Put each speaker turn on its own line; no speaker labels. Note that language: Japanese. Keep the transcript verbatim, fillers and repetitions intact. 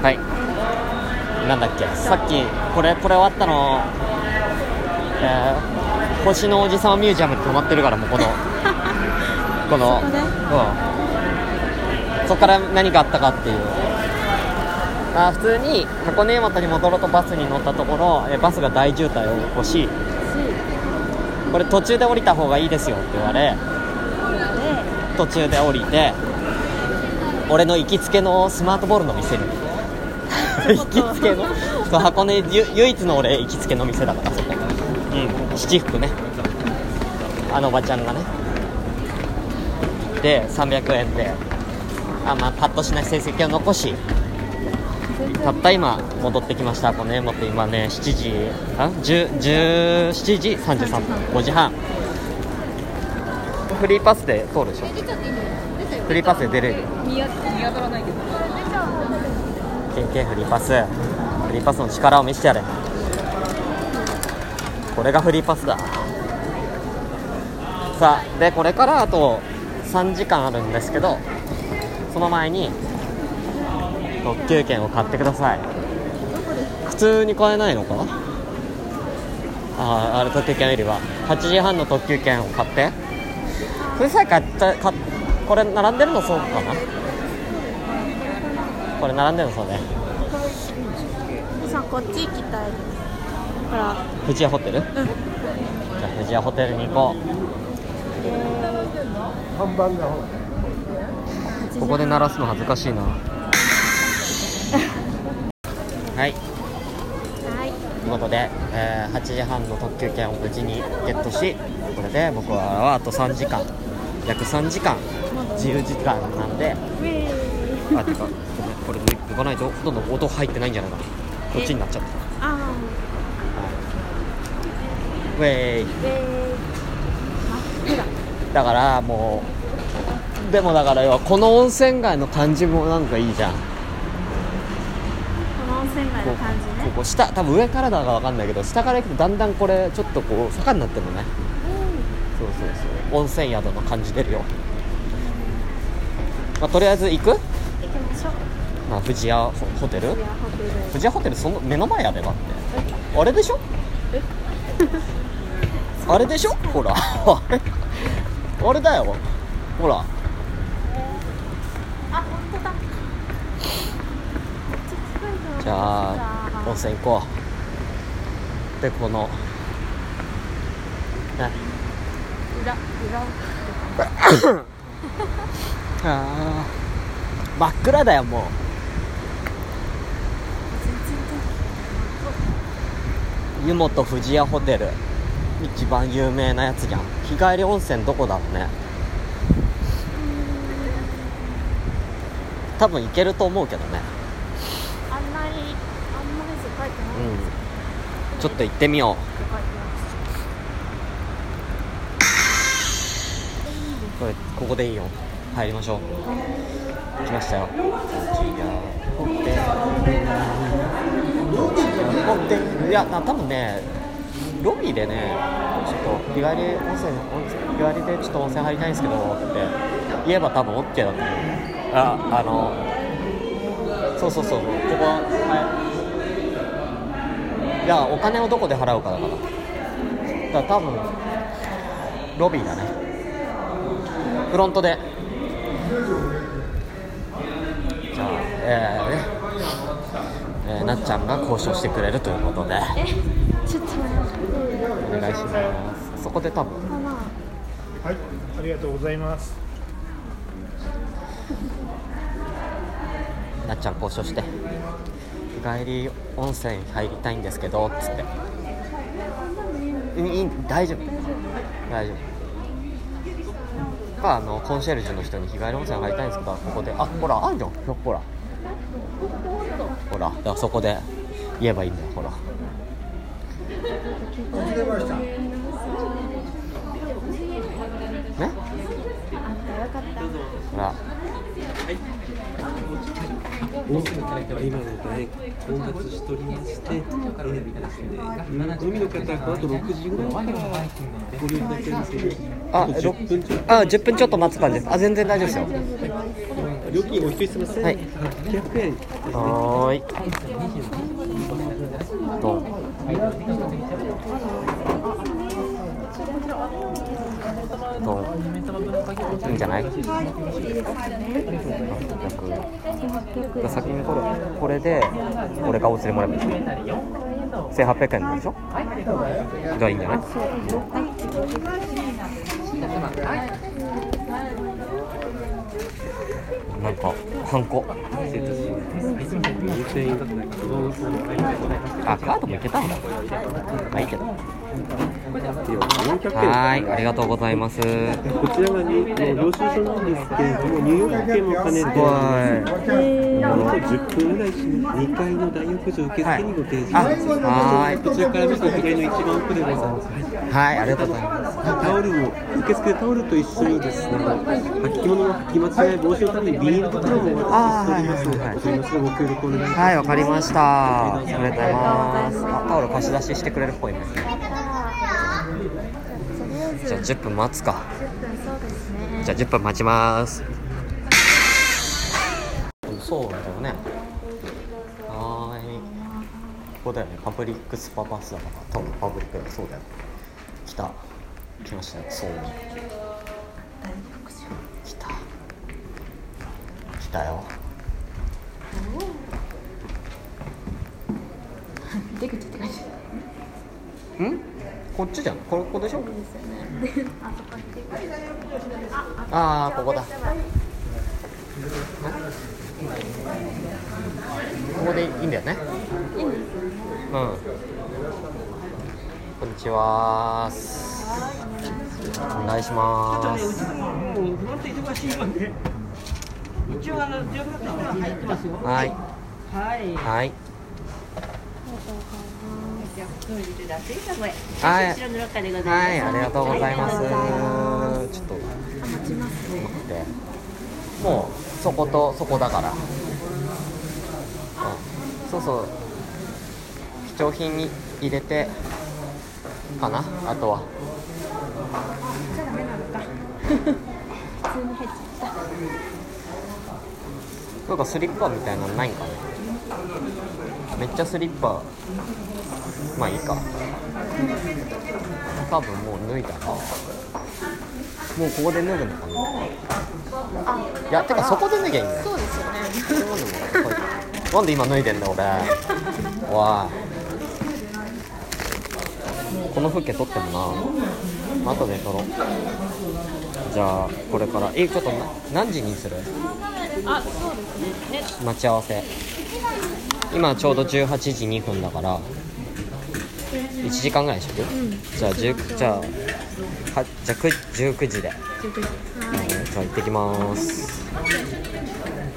はい、なんだっけ、さっきこれこれ終わったの、えー、星の王子様ミュージアムに泊まってるからもうこのこのそこ、ね、うん、そこから何があったかっていう、あ、普通に箱根湯本に戻ろうとバスに乗ったところ、えバスが大渋滞を起こし、これ途中で降りた方がいいですよって言われ、途中で降りて俺の行きつけのスマートボールの店に行きつけのそう箱根唯一の俺行きつけの店だからそこ、うん、七福ね、あのおばちゃんがねでさんびゃくえんで、あ、まあ、パッとしない成績を残し、たった今戻ってきました。このね、もって今ねしちじ、あ、じゅうしちじさんじゅうさんぷん、ごじはん。フリーパスで通るでしょ。フリーパスで出れる。見当たらないけど。ケンケンフリーパス、フリーパスの力を見せてやれ。これがフリーパスだ。さあ、でこれからあとさんじかんあるんですけど、その前に特急券を買ってください。普通に買えないのかな。ああ、あれ特急券よりははちじはんの特急券を買って、それさえ買ったか、これ並んでるのそうかな、これ並んでるのそうね。
さあこっち行きたい。ほら
富士屋ホテル、うん、じゃあ富士屋ホテルに行こう。看板がここで鳴らすの恥ずかしいな。はい、はい、ということで、えー、はちじはんの特急券を無事にゲットし、これで僕はあとさんじかん、約さんじかん自由時間なんで、あ、てかこれ抜かないとほとんど音入ってないんじゃないかな。こっちになっちゃった。あ、はい、ウェイ、ウェイ、だからもう、でもだから要はこの温泉街の感じもなんかいいじゃん。
温泉街の感じね。
ここ下、多分上からだか分かんないけど、下から行くとだんだんこれちょっとこう坂になってるのね、うん、そうそうそう、温泉宿の感じ出るよ、まあ、とりあえず行く？行き
ましょう。
まあ、富士屋ホテル、富士屋ホテルその目の前やで、だってあれでしょあれでしょ、ほらあれだよ、ほら、
あ、本当だ。
じゃあ温泉行こう。でこのね、
裏裏
あ真っ暗だよもう。湯本富士屋ホテル一番有名なやつじゃん。日帰り温泉どこだろうね。多分行けると思うけどね。
あんまりあんまり書いてない、
うん、ちょっと行ってみよう。これここでいいよ、入りましょう。来ましたよ。いや、多分ねロビーでね、ちょっと日帰り温泉、日帰りでちょっと温泉入りたいんですけどって言えば多分 OK だと思う。あ、あのそうそうそう、ここは、はい、いやお金をどこで払うかだから、だから多分ロビーだね、フロントで。じゃあ、えーねえー、なっちゃんが交渉してくれるということで、
え、ちょっと
お願いします。そこで多分、
はい、ありがとうございます。
なっちゃん交渉して、日帰り温泉入りたいんですけどつって、いい、大丈夫大丈夫か、あのコンシェルジュの人に日帰り温泉入りたいんですけど、ここで、あ、ほらあんじゃん、ほらほら、だからそこで言えばいいんだよ、ほら。ね、ほら、
大きなキャラクターは今の場で混雑しておりまして、えー、海の方はあとろくじぐらいからご利用いただけるんですけど、
あ、じゅっぷんちょっと待つ感じです。あ、全然大丈夫ですよ。
料金お一人様せんはっぴゃくえん。
はーい。どん。どん。いいんじゃない？先にこれ、これで俺がお釣りもらえばいいでしょ。せんはっぴゃくえんでしょ。じゃあいいんじゃない？なんかハンコ。あ、カードもいけたんだ。まあいいけど。はい、ありがとうございます。
こちらがね、領収書なんですけれども、入浴券も兼ねて、あとじゅっぷんぐらいします。にかいの大浴場受付にご提示。
はい、はい。
こちらから見て左の一番奥でございます。
はい、ありがとうございます。
タオルも受付タオルと一緒にですね、履き物の履き間違い防止のためにビニール袋もお渡ししておりますので、それのご協力お願いします。
はい、わかりました。ありがとうございます。あ、タオル貸し出ししてくれるっぽいね。じゃあじゅっぷん待つか。じゃあじゅっぷん待ちます。そうだよね。はーい。ここだよね。パブリックスパパスだから多分パブリックだ。そうだよ。来た。来ましたよ。そう。来た。来たよ。
出口って感じ。
ん？こっちじゃん。これここでしょ？
あそこ行って
ああ、ここだ。ここでいいんだよね。
いいんです。
うん。こんにちは。お願いします。はい。はい。はい、はい、ありがとうございます。ちょっと待って、もうそことそこだから、うん、そうそう、貴重品に入れてかな、あとは
じゃダメなのか。普通に入っちゃった。
なんかスリッパみたいなのないんかね。めっちゃスリッパ、まあいいか。多分もう脱いだな。もうここで脱ぐのかな。いや、てかそこで脱ぎゃいいんだよ。
そうですよね。
なんで今脱いでんだ俺。おい、この風景撮ってもな。後で撮ろう。じゃあこれからえちょっと何時にする？
あ、そうですね。
待ち合わせ今ちょうどじゅうはちじにふんだからいちじかんぐらいにしとく、うん、じゃあじゅうじゃあはじゃあじゅうくじで、うん、じゃあ行ってきます。